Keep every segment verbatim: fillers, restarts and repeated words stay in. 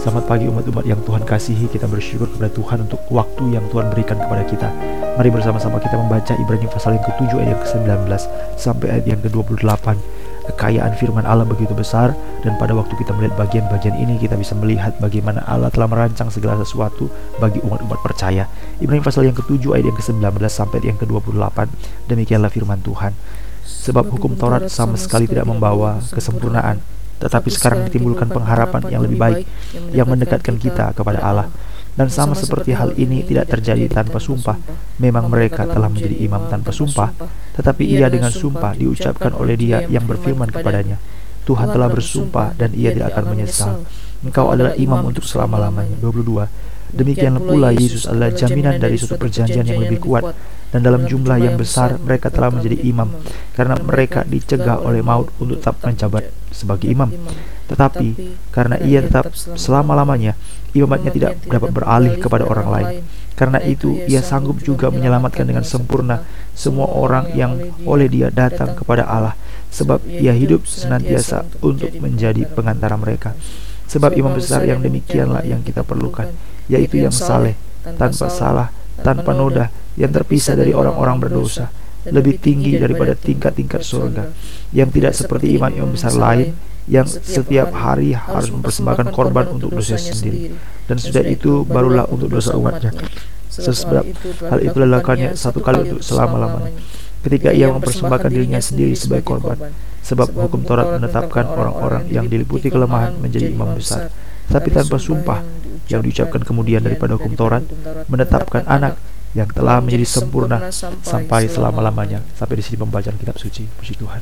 Selamat pagi umat-umat yang Tuhan kasihi. Kita bersyukur kepada Tuhan untuk waktu yang Tuhan berikan kepada kita. Mari bersama-sama kita membaca Ibrani pasal yang ketujuh ayat yang kesembilan belas sampai ayat yang kedua puluh delapan. Kekayaan firman Allah begitu besar, dan pada waktu kita melihat bagian-bagian ini, kita bisa melihat bagaimana Allah telah merancang segala sesuatu bagi umat-umat percaya. Ibrani pasal yang ketujuh ayat yang kesembilan belas sampai ayat yang kedua puluh delapan. Demikianlah firman Tuhan. Sebab hukum Taurat sama sekali tidak membawa kesempurnaan, tetapi sekarang ditimbulkan pengharapan yang lebih baik, yang mendekatkan kita kepada Allah. Dan sama seperti hal ini tidak terjadi tanpa sumpah. Memang mereka telah menjadi imam tanpa sumpah, tetapi ia dengan sumpah diucapkan oleh Dia yang berfirman kepadanya, Tuhan telah bersumpah dan ia tidak akan menyesal. Engkau adalah imam untuk selama-lamanya. dua puluh dua. Demikianlah pula Yesus adalah jaminan dari suatu perjanjian yang lebih kuat, dan dalam jumlah yang besar mereka telah menjadi imam, karena mereka dicegah oleh maut untuk tetap menjabat sebagai imam. Tetapi karena ia tetap selama-lamanya, imamatnya tidak dapat beralih kepada orang lain. Karena itu ia sanggup juga menyelamatkan dengan sempurna semua orang yang oleh Dia datang kepada Allah, sebab ia hidup senantiasa untuk menjadi pengantara mereka. Sebab imam besar yang demikianlah yang kita perlukan, yaitu yang saleh, tanpa salah, tanpa noda, yang terpisah dari orang-orang berdosa, lebih tinggi daripada tingkat-tingkat surga, yang tidak seperti imam-imam besar lain yang setiap hari harus mempersembahkan korban untuk dosa sendiri, dan sudah itu barulah untuk dosa umatnya. Sebab hal itu dilakukannya satu kali untuk selama-lamanya, ketika ia mempersembahkan dirinya sendiri sebagai korban. Sebab hukum Taurat menetapkan orang-orang yang diliputi kelemahan menjadi imam besar, tapi tanpa sumpah, yang diucapkan kemudian daripada hukum Taurat menetapkan anak yang telah menjadi sempurna sampai selama-lamanya. Sampai di sini pembacaan kitab suci. Puji Tuhan.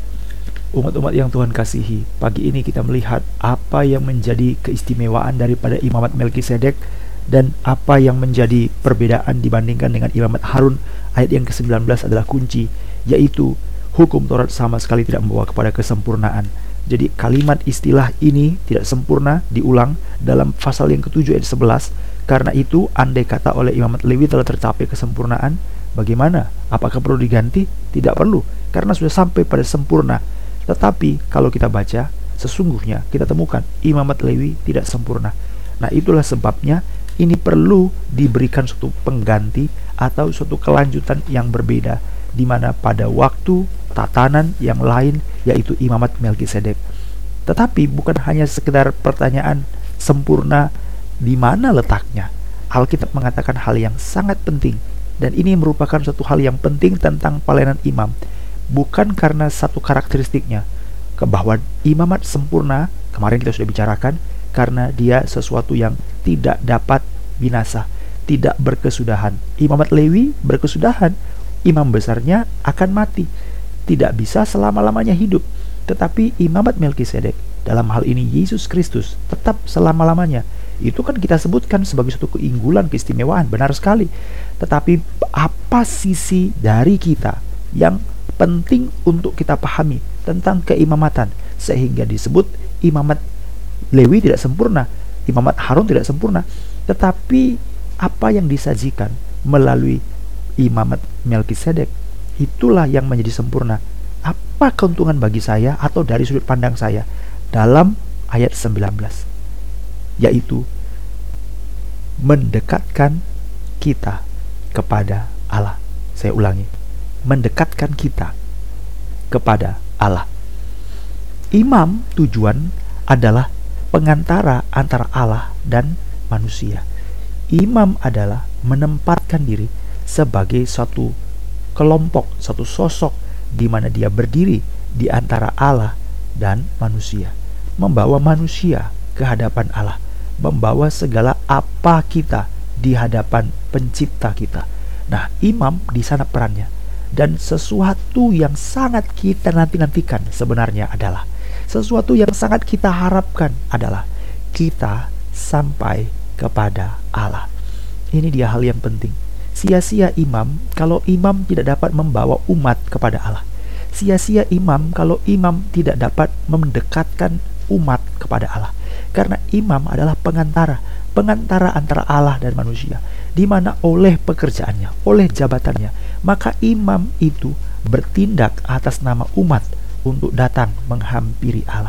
Umat-umat yang Tuhan kasihi, pagi ini kita melihat apa yang menjadi keistimewaan daripada imamat Melkisedek dan apa yang menjadi perbedaan dibandingkan dengan imamat Harun. Ayat yang kesembilan belas adalah kunci, yaitu hukum Taurat sama sekali tidak membawa kepada kesempurnaan. Jadi kalimat istilah ini tidak sempurna diulang dalam pasal yang ketujuh ayat sebelas. Karena itu andai kata oleh imamat Lewi telah tercapai kesempurnaan, bagaimana? Apakah perlu diganti? Tidak perlu, karena sudah sampai pada sempurna. Tetapi kalau kita baca, sesungguhnya kita temukan imamat Lewi tidak sempurna. Nah, itulah sebabnya ini perlu diberikan suatu pengganti atau suatu kelanjutan yang berbeda, di mana pada waktu tatanan yang lain, yaitu imamat Melkisedek. Tetapi bukan hanya sekedar pertanyaan sempurna di mana letaknya. Alkitab mengatakan hal yang sangat penting, dan ini merupakan suatu hal yang penting tentang pelayanan imam. Bukan karena satu karakteristiknya, ke bahwa imamat sempurna, kemarin kita sudah bicarakan, karena dia sesuatu yang tidak dapat binasa, tidak berkesudahan. Imamat Lewi berkesudahan, imam besarnya akan mati, tidak bisa selama-lamanya hidup. Tetapi imamat Melkisedek, dalam hal ini Yesus Kristus, tetap selama-lamanya. Itu kan kita sebutkan sebagai suatu keunggulan, keistimewaan, benar sekali. Tetapi apa sisi dari kita yang penting untuk kita pahami tentang keimamatan, sehingga disebut imamat Lewi tidak sempurna, imamat Harun tidak sempurna. Tetapi apa yang disajikan melalui imamat Melkisedek, itulah yang menjadi sempurna. Apa keuntungan bagi saya atau dari sudut pandang saya dalam ayat sembilan belas, yaitu mendekatkan kita kepada Allah. Saya ulangi, mendekatkan kita kepada Allah. Imam tujuan adalah pengantara antara Allah dan manusia. Imam adalah menempatkan diri sebagai suatu kelompok, satu sosok di mana dia berdiri di antara Allah dan manusia, membawa manusia ke hadapan Allah, membawa segala apa kita di hadapan pencipta kita. Nah, imam di sana perannya, dan sesuatu yang sangat kita nanti-nantikan sebenarnya adalah, sesuatu yang sangat kita harapkan adalah kita sampai kepada Allah. Ini dia hal yang penting. Sia-sia imam kalau imam tidak dapat membawa umat kepada Allah. Sia-sia imam kalau imam tidak dapat mendekatkan umat kepada Allah. Karena imam adalah pengantara, pengantara antara Allah dan manusia, di mana oleh pekerjaannya, oleh jabatannya, maka imam itu bertindak atas nama umat untuk datang menghampiri Allah.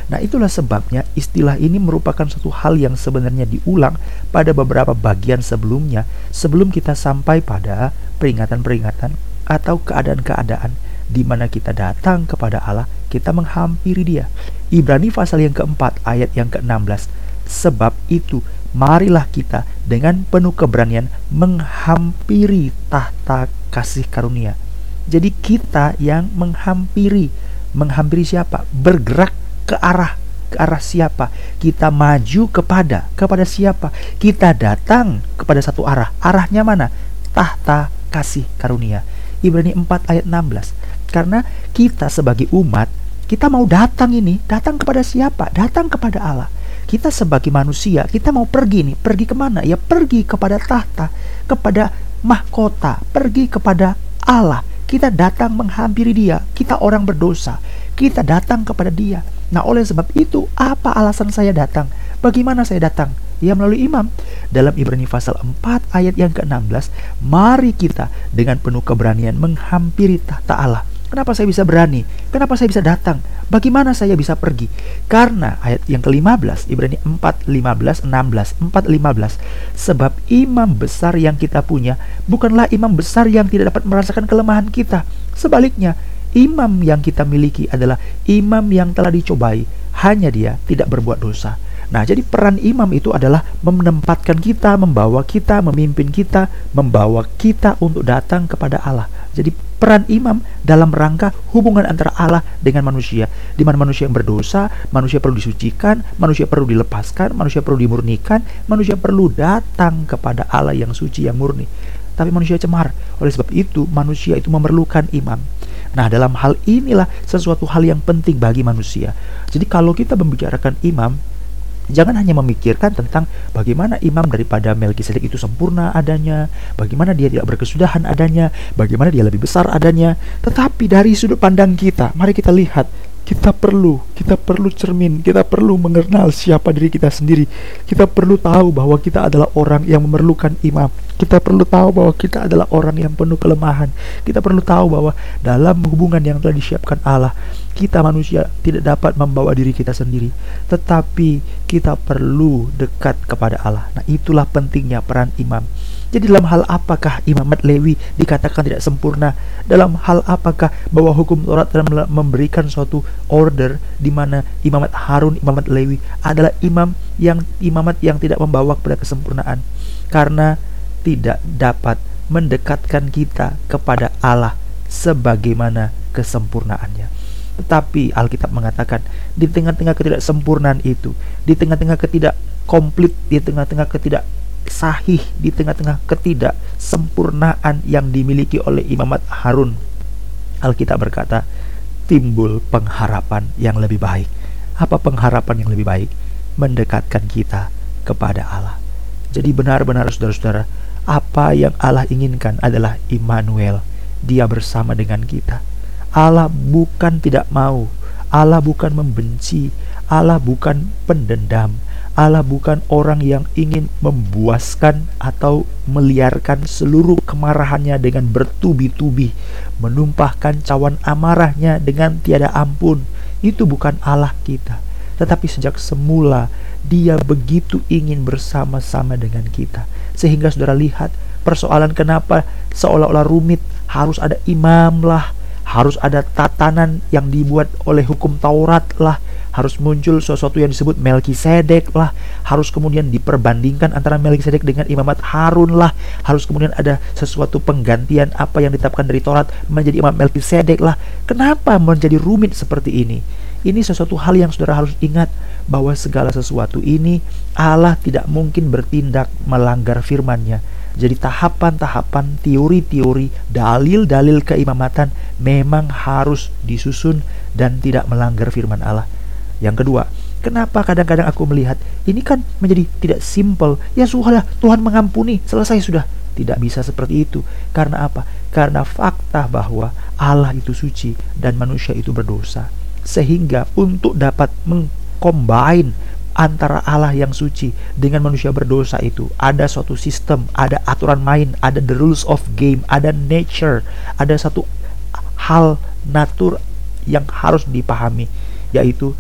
Nah, itulah sebabnya istilah ini merupakan suatu hal yang sebenarnya diulang pada beberapa bagian sebelumnya, sebelum kita sampai pada peringatan-peringatan atau keadaan-keadaan di mana kita datang kepada Allah, kita menghampiri Dia. Ibrani pasal yang keempat ayat yang keenam belas. Sebab itu, marilah kita dengan penuh keberanian menghampiri tahta kasih karunia. Jadi kita yang menghampiri. Menghampiri siapa? Bergerak ke arah ke arah siapa? Kita maju kepada kepada siapa? Kita datang kepada satu arah. Arahnya mana? Tahta kasih karunia. Ibrani empat ayat enam belas. Karena kita sebagai umat, kita mau datang ini, datang kepada siapa? Datang kepada Allah. Kita sebagai manusia, kita mau pergi nih, pergi kemana? Ya pergi kepada tahta, kepada mahkota, pergi kepada Allah. Kita datang menghampiri Dia. Kita orang berdosa, kita datang kepada Dia. Nah, oleh sebab itu, apa alasan saya datang? Bagaimana saya datang? Ya melalui imam. Dalam Ibrani pasal empat ayat yang keenam belas, mari kita dengan penuh keberanian menghampiri tahta Allah. Kenapa saya bisa berani? Kenapa saya bisa datang? Bagaimana saya bisa pergi? Karena ayat yang kelima belas, Ibrani empat lima belas, enam belas, empat lima belas. Sebab imam besar yang kita punya bukanlah imam besar yang tidak dapat merasakan kelemahan kita. Sebaliknya, imam yang kita miliki adalah imam yang telah dicobai, hanya dia tidak berbuat dosa. Nah, jadi peran imam itu adalah menempatkan kita, membawa kita, memimpin kita, membawa kita untuk datang kepada Allah. Jadi peran imam dalam rangka hubungan antara Allah dengan manusia, di mana manusia yang berdosa, manusia perlu disucikan, manusia perlu dilepaskan, manusia perlu dimurnikan, manusia perlu datang kepada Allah yang suci, yang murni. Tapi manusia cemar. Oleh sebab itu, manusia itu memerlukan imam. Nah, dalam hal inilah sesuatu hal yang penting bagi manusia. Jadi kalau kita membicarakan imam, jangan hanya memikirkan tentang bagaimana imam daripada Melkisedek itu sempurna adanya, bagaimana dia tidak berkesudahan adanya, bagaimana dia lebih besar adanya. Tetapi dari sudut pandang kita, mari kita lihat, kita perlu, kita perlu cermin, kita perlu mengenal siapa diri kita sendiri. Kita perlu tahu bahwa kita adalah orang yang memerlukan imam. Kita perlu tahu bahwa kita adalah orang yang penuh kelemahan. Kita perlu tahu bahwa dalam hubungan yang telah disiapkan Allah, kita manusia tidak dapat membawa diri kita sendiri, tetapi kita perlu dekat kepada Allah. Nah, itulah pentingnya peran imam. Jadi dalam hal apakah imamat Lewi dikatakan tidak sempurna? Dalam hal apakah bahwa hukum Taurat telah memberikan suatu order di mana imamat Harun, imamat Lewi adalah imam yang imamat yang tidak membawa kepada kesempurnaan, karena tidak dapat mendekatkan kita kepada Allah sebagaimana kesempurnaannya. Tetapi Alkitab mengatakan di tengah-tengah ketidaksempurnaan itu, di tengah-tengah ketidakkomplit, di tengah-tengah ketidak sahih, di tengah-tengah ketidaksempurnaan yang dimiliki oleh imamat Harun, Alkitab berkata timbul pengharapan yang lebih baik. Apa pengharapan yang lebih baik? Mendekatkan kita kepada Allah. Jadi benar-benar saudara-saudara, apa yang Allah inginkan adalah Immanuel, Dia bersama dengan kita. Allah bukan tidak mau, Allah bukan membenci, Allah bukan pendendam, Allah bukan orang yang ingin membuaskan atau meliarkan seluruh kemarahannya dengan bertubi-tubi, menumpahkan cawan amarahnya dengan tiada ampun. Itu bukan Allah kita. Tetapi sejak semula Dia begitu ingin bersama-sama dengan kita. Sehingga saudara lihat persoalan kenapa seolah-olah rumit, harus ada imam lah, harus ada tatanan yang dibuat oleh hukum Taurat lah, harus muncul sesuatu yang disebut Melkisedek lah, harus kemudian diperbandingkan antara Melkisedek dengan imamat Harun lah, harus kemudian ada sesuatu penggantian apa yang ditetapkan dari Taurat menjadi imam Melkisedek lah. Kenapa menjadi rumit seperti ini? Ini sesuatu hal yang saudara harus ingat, bahwa segala sesuatu ini Allah tidak mungkin bertindak melanggar firman-Nya. Jadi tahapan-tahapan, teori-teori, dalil-dalil keimamatan memang harus disusun dan tidak melanggar firman Allah. Yang kedua, kenapa kadang-kadang aku melihat ini kan menjadi tidak simple. Ya sudah, Tuhan mengampuni, selesai sudah. Tidak bisa seperti itu. Karena apa? Karena fakta bahwa Allah itu suci dan manusia itu berdosa. Sehingga untuk dapat mengcombine antara Allah yang suci dengan manusia berdosa itu ada suatu sistem, ada aturan main, ada the rules of game, ada nature, ada satu hal natur yang harus dipahami, yaitu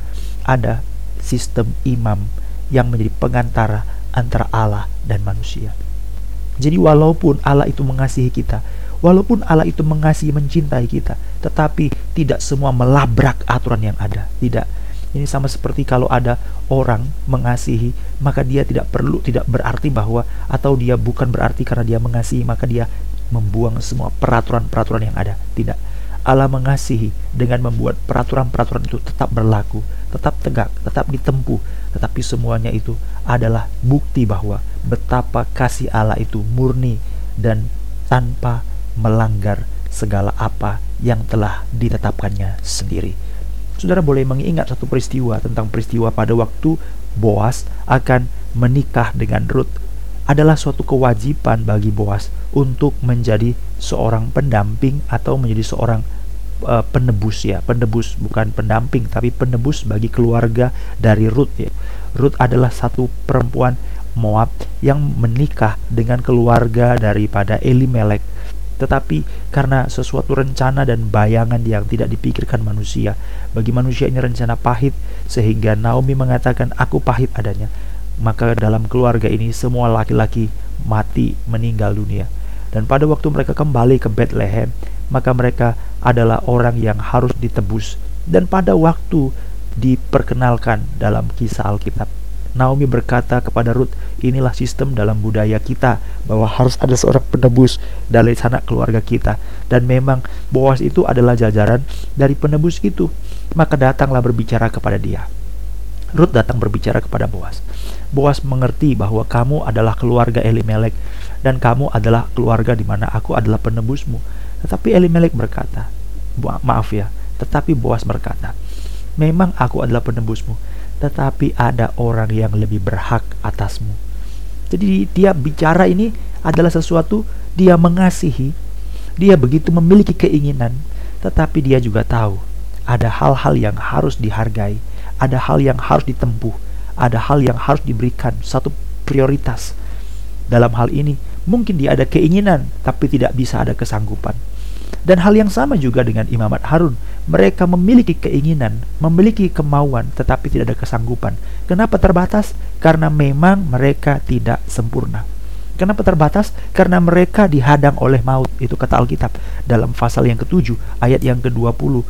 ada sistem imam yang menjadi pengantara antara Allah dan manusia. Jadi walaupun Allah itu mengasihi kita, walaupun Allah itu mengasihi, mencintai kita, tetapi tidak semua melabrak aturan yang ada. Tidak. Ini sama seperti kalau ada orang mengasihi, maka dia tidak perlu, tidak berarti bahwa, atau dia bukan berarti karena dia mengasihi maka dia membuang semua peraturan-peraturan yang ada. Tidak. Allah mengasihi dengan membuat peraturan-peraturan itu tetap berlaku, tetap tegak, tetap ditempuh, tetapi semuanya itu adalah bukti bahwa betapa kasih Allah itu murni dan tanpa melanggar segala apa yang telah ditetapkannya sendiri. Saudara boleh mengingat satu peristiwa tentang peristiwa pada waktu Boas akan menikah dengan Ruth. Adalah suatu kewajiban bagi Boas untuk menjadi seorang pendamping atau menjadi seorang uh, penebus ya, penebus bukan pendamping tapi penebus bagi keluarga dari Ruth ya. Ruth adalah satu perempuan Moab yang menikah dengan keluarga daripada Elimelek. Tetapi karena sesuatu rencana dan bayangan yang tidak dipikirkan manusia, bagi manusia ini rencana pahit, sehingga Naomi mengatakan, aku pahit adanya. Maka dalam keluarga ini semua laki-laki mati, meninggal dunia. Dan pada waktu mereka kembali ke Bethlehem, maka mereka adalah orang yang harus ditebus. Dan pada waktu diperkenalkan dalam kisah Alkitab, Naomi berkata kepada Ruth, inilah sistem dalam budaya kita, bahwa harus ada seorang penebus dari sanak keluarga kita. Dan memang Boas itu adalah jajaran dari penebus itu. Maka datanglah berbicara kepada dia. Ruth datang berbicara kepada Boas. Boas mengerti bahwa kamu adalah keluarga Elimelek, dan kamu adalah keluarga di mana aku adalah penebusmu. Tetapi Elimelek berkata, maaf ya, tetapi Boas berkata, memang aku adalah penebusmu, tetapi ada orang yang lebih berhak atasmu. Jadi dia bicara ini adalah sesuatu, dia mengasihi, dia begitu memiliki keinginan, tetapi dia juga tahu ada hal-hal yang harus dihargai, ada hal yang harus ditempuh, ada hal yang harus diberikan satu prioritas. Dalam hal ini mungkin dia ada keinginan tapi tidak bisa ada kesanggupan. Dan hal yang sama juga dengan Imamat Harun. Mereka memiliki keinginan, memiliki kemauan, tetapi tidak ada kesanggupan. Kenapa terbatas? Karena memang mereka tidak sempurna. Kenapa terbatas? Karena mereka dihadang oleh maut. Itu kata Alkitab dalam pasal yang ketujuh ayat yang kedua puluh.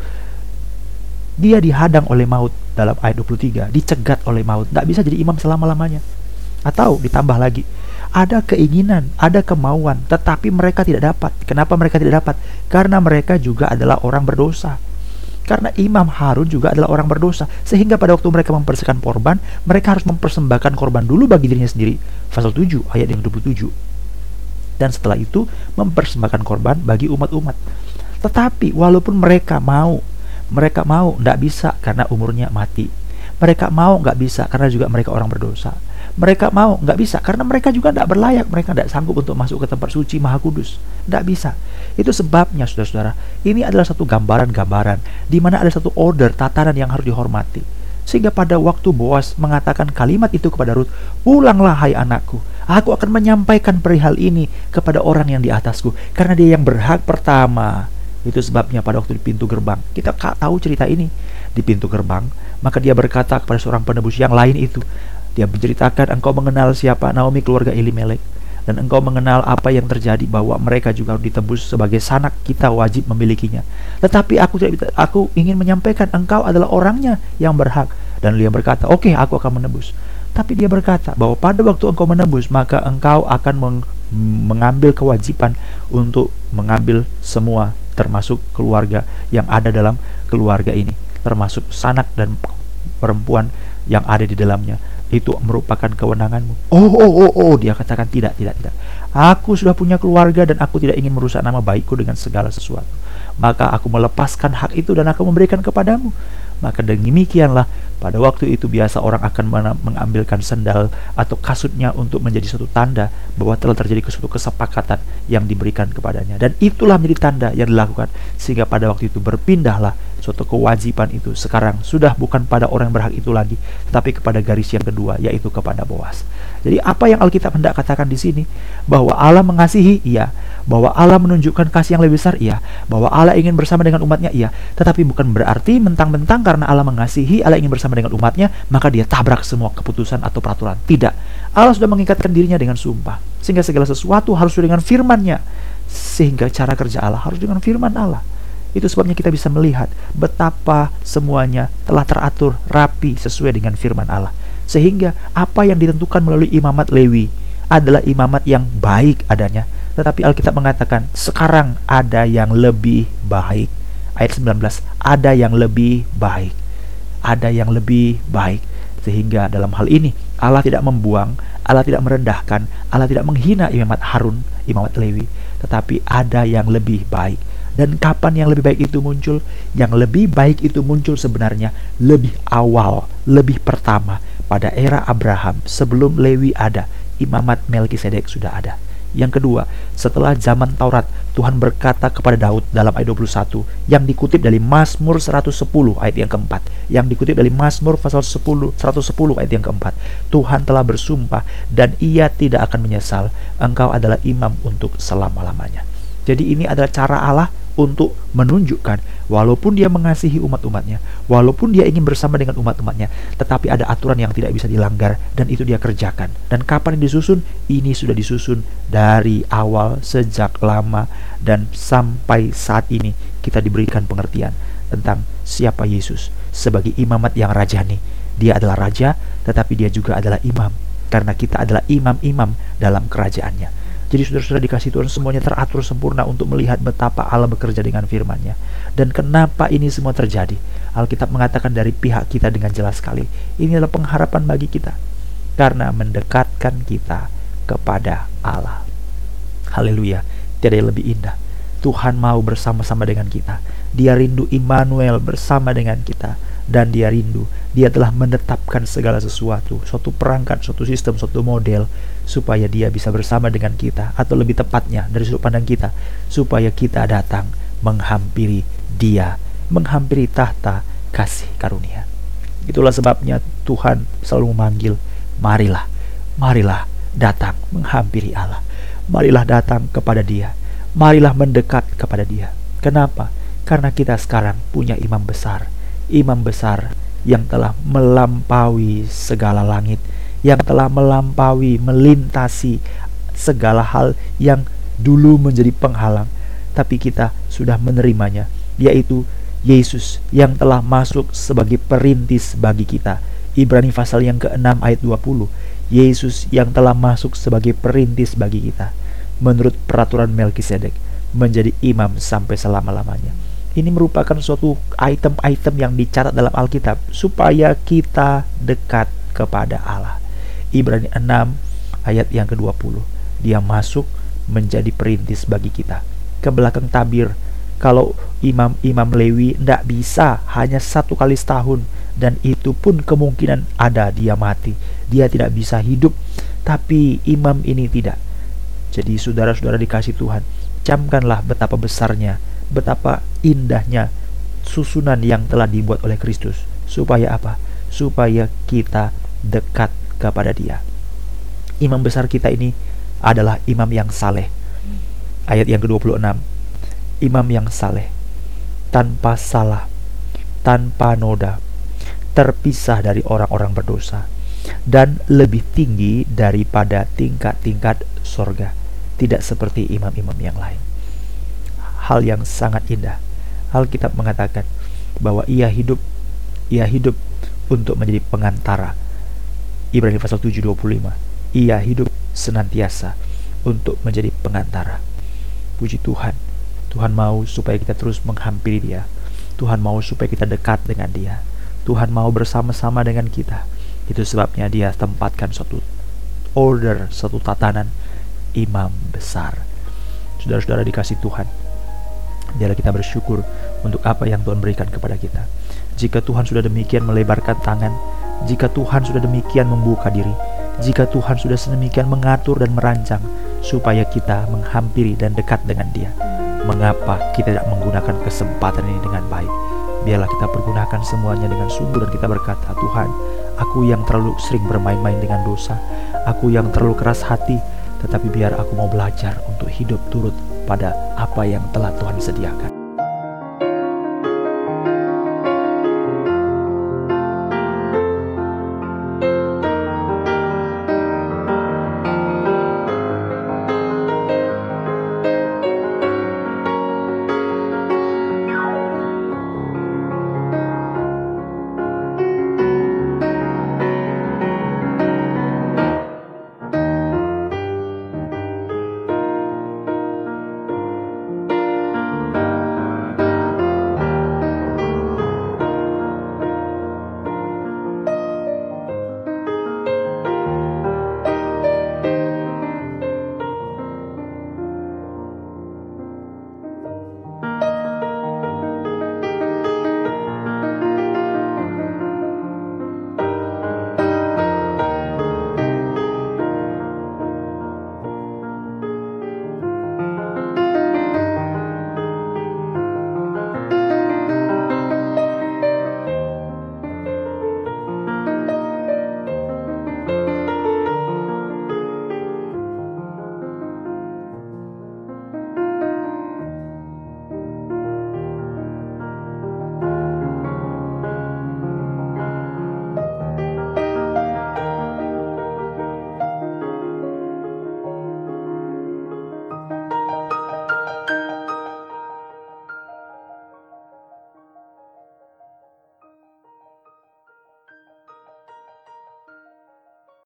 Dia dihadang oleh maut dalam ayat dua puluh tiga. Dicegat oleh maut. Tidak bisa jadi imam selama-lamanya. Atau ditambah lagi, ada keinginan, ada kemauan, tetapi mereka tidak dapat. Kenapa mereka tidak dapat? Karena mereka juga adalah orang berdosa. Karena Imam Harun juga adalah orang berdosa, sehingga pada waktu mereka mempersembahkan korban, mereka harus mempersembahkan korban dulu bagi dirinya sendiri. Pasal tujuh ayat yang dua puluh tujuh. Dan setelah itu mempersembahkan korban bagi umat-umat. Tetapi walaupun mereka mau, mereka mau, tidak bisa karena umurnya mati. Mereka mau, nggak bisa karena juga mereka orang berdosa. Mereka mau, nggak bisa karena mereka juga tidak berlayak. Mereka tidak sanggup untuk masuk ke tempat suci Maha Kudus. Tidak bisa. Itu sebabnya saudara-saudara, ini adalah satu gambaran-gambaran di mana ada satu order, tatanan yang harus dihormati. Sehingga pada waktu Boas mengatakan kalimat itu kepada Ruth, pulanglah hai anakku, aku akan menyampaikan perihal ini kepada orang yang di atasku, karena dia yang berhak pertama. Itu sebabnya pada waktu di pintu gerbang, kita tahu cerita ini, di pintu gerbang, maka dia berkata kepada seorang penebus yang lain itu, dia menceritakan, engkau mengenal siapa Naomi keluarga Elimelek, dan engkau mengenal apa yang terjadi, bahwa mereka juga harus ditebus sebagai sanak, kita wajib memilikinya. Tetapi aku tidak, aku ingin menyampaikan engkau adalah orangnya yang berhak. Dan dia berkata, oke, okay, aku akan menebus. Tapi dia berkata bahwa pada waktu engkau menebus, maka engkau akan meng mengambil kewajiban untuk mengambil semua, termasuk keluarga yang ada dalam keluarga ini, termasuk sanak dan perempuan yang ada di dalamnya. Itu merupakan kewenanganmu. Oh, oh, oh, oh, dia katakan tidak, tidak, tidak. Aku sudah punya keluarga dan aku tidak ingin merusak nama baikku dengan segala sesuatu. Maka aku melepaskan hak itu dan aku memberikan kepadamu. Maka demikianlah pada waktu itu biasa orang akan mengambilkan sendal atau kasutnya untuk menjadi suatu tanda bahwa telah terjadi suatu kesepakatan yang diberikan kepadanya. Dan itulah menjadi tanda yang dilakukan, sehingga pada waktu itu berpindahlah suatu kewajiban itu sekarang sudah bukan pada orang yang berhak itu lagi, tetapi kepada garis yang kedua, yaitu kepada Boas. Jadi apa yang Alkitab hendak katakan di sini? Bahwa Allah mengasihi, iya. Bahwa Allah menunjukkan kasih yang lebih besar, iya. Bahwa Allah ingin bersama dengan umatnya, iya. Tetapi bukan berarti mentang-mentang karena Allah mengasihi, Allah ingin bersama dengan umatnya, maka dia tabrak semua keputusan atau peraturan. Tidak. Allah sudah mengikatkan dirinya dengan sumpah, sehingga segala sesuatu harus dengan firman-Nya. Sehingga cara kerja Allah harus dengan firman Allah. Itu sebabnya kita bisa melihat betapa semuanya telah teratur rapi sesuai dengan firman Allah. Sehingga apa yang ditentukan melalui imamat Lewi adalah imamat yang baik adanya. Tetapi Alkitab mengatakan sekarang ada yang lebih baik. Ayat sembilan belas, ada yang lebih baik. Ada yang lebih baik. Sehingga dalam hal ini Allah tidak membuang, Allah tidak merendahkan, Allah tidak menghina imamat Harun, imamat Lewi. Tetapi ada yang lebih baik. Dan kapan yang lebih baik itu muncul? Yang lebih baik itu muncul sebenarnya lebih awal, lebih pertama, pada era Abraham, sebelum Lewi ada, imamat Melkisedek sudah ada. Yang kedua, setelah zaman Taurat, Tuhan berkata kepada Daud dalam ayat dua puluh satu, yang dikutip dari Mazmur seratus sepuluh ayat yang keempat, yang dikutip dari Mazmur pasal sepuluh, seratus sepuluh ayat yang keempat, Tuhan telah bersumpah dan ia tidak akan menyesal, engkau adalah imam untuk selama-lamanya. Jadi ini adalah cara Allah untuk menunjukkan walaupun dia mengasihi umat-umatnya, walaupun dia ingin bersama dengan umat-umatnya, tetapi ada aturan yang tidak bisa dilanggar, dan itu dia kerjakan. Dan kapan ini disusun? Ini sudah disusun dari awal, sejak lama, dan sampai saat ini kita diberikan pengertian tentang siapa Yesus sebagai imamat yang rajani. Dia adalah raja, tetapi dia juga adalah imam, karena kita adalah imam-imam dalam kerajaannya. Jadi saudara-saudara dikasih Tuhan, semuanya teratur sempurna untuk melihat betapa Allah bekerja dengan firman-Nya. Dan kenapa ini semua terjadi? Alkitab mengatakan dari pihak kita dengan jelas sekali, ini adalah pengharapan bagi kita, karena mendekatkan kita kepada Allah. Haleluya, tiada yang lebih indah. Tuhan mau bersama-sama dengan kita. Dia rindu Immanuel bersama dengan kita. Dan dia rindu, dia telah menetapkan segala sesuatu, suatu perangkat, suatu sistem, suatu model, supaya dia bisa bersama dengan kita, atau lebih tepatnya dari sudut pandang kita, supaya kita datang menghampiri dia, menghampiri tahta kasih karunia. Itulah sebabnya Tuhan selalu memanggil, marilah, marilah datang menghampiri Allah, marilah datang kepada dia, marilah mendekat kepada dia. Kenapa? Karena kita sekarang punya imam besar, imam besar yang telah melampaui segala langit, yang telah melampaui, melintasi segala hal yang dulu menjadi penghalang, tapi kita sudah menerimanya, yaitu Yesus yang telah masuk sebagai perintis bagi kita. Ibrani pasal yang keenam ayat dua puluh, Yesus yang telah masuk sebagai perintis bagi kita, menurut peraturan Melkisedek, menjadi imam sampai selama-lamanya. Ini merupakan suatu item-item yang dicatat dalam Alkitab supaya kita dekat kepada Allah. Ibrani enam ayat yang ke dua puluh, dia masuk menjadi perintis bagi kita. Ke belakang tabir, kalau imam-imam Lewi tidak bisa hanya satu kali setahun, dan itu pun kemungkinan ada dia mati, dia tidak bisa hidup. Tapi imam ini tidak. Jadi saudara-saudara dikasih Tuhan, camkanlah betapa besarnya, betapa indahnya susunan yang telah dibuat oleh Kristus. Supaya apa? Supaya kita dekat kepada dia. Imam besar kita ini adalah imam yang saleh. Ayat yang ke dua puluh enam, imam yang saleh, tanpa salah, tanpa noda, terpisah dari orang-orang berdosa, dan lebih tinggi daripada tingkat-tingkat sorga, tidak seperti imam-imam yang lain. Hal yang sangat indah. Alkitab mengatakan bahwa ia hidup ia hidup untuk menjadi pengantara. Ibrani pasal tujuh dua puluh lima, ia hidup senantiasa untuk menjadi pengantara. Puji Tuhan, Tuhan mau supaya kita terus menghampiri dia. Tuhan mau supaya kita dekat dengan dia. Tuhan mau bersama-sama dengan kita. Itu sebabnya dia tempatkan suatu order, satu tatanan imam besar. Saudara-saudara dikasih Tuhan, biarlah kita bersyukur untuk apa yang Tuhan berikan kepada kita. Jika Tuhan sudah demikian melebarkan tangan, jika Tuhan sudah demikian membuka diri, jika Tuhan sudah sedemikian mengatur dan merancang supaya kita menghampiri dan dekat dengan dia, mengapa kita tidak menggunakan kesempatan ini dengan baik? Biarlah kita pergunakan semuanya dengan sungguh, dan kita berkata, Tuhan, aku yang terlalu sering bermain-main dengan dosa, aku yang terlalu keras hati, tetapi biar aku mau belajar untuk hidup turut pada apa yang telah Tuhan sediakan.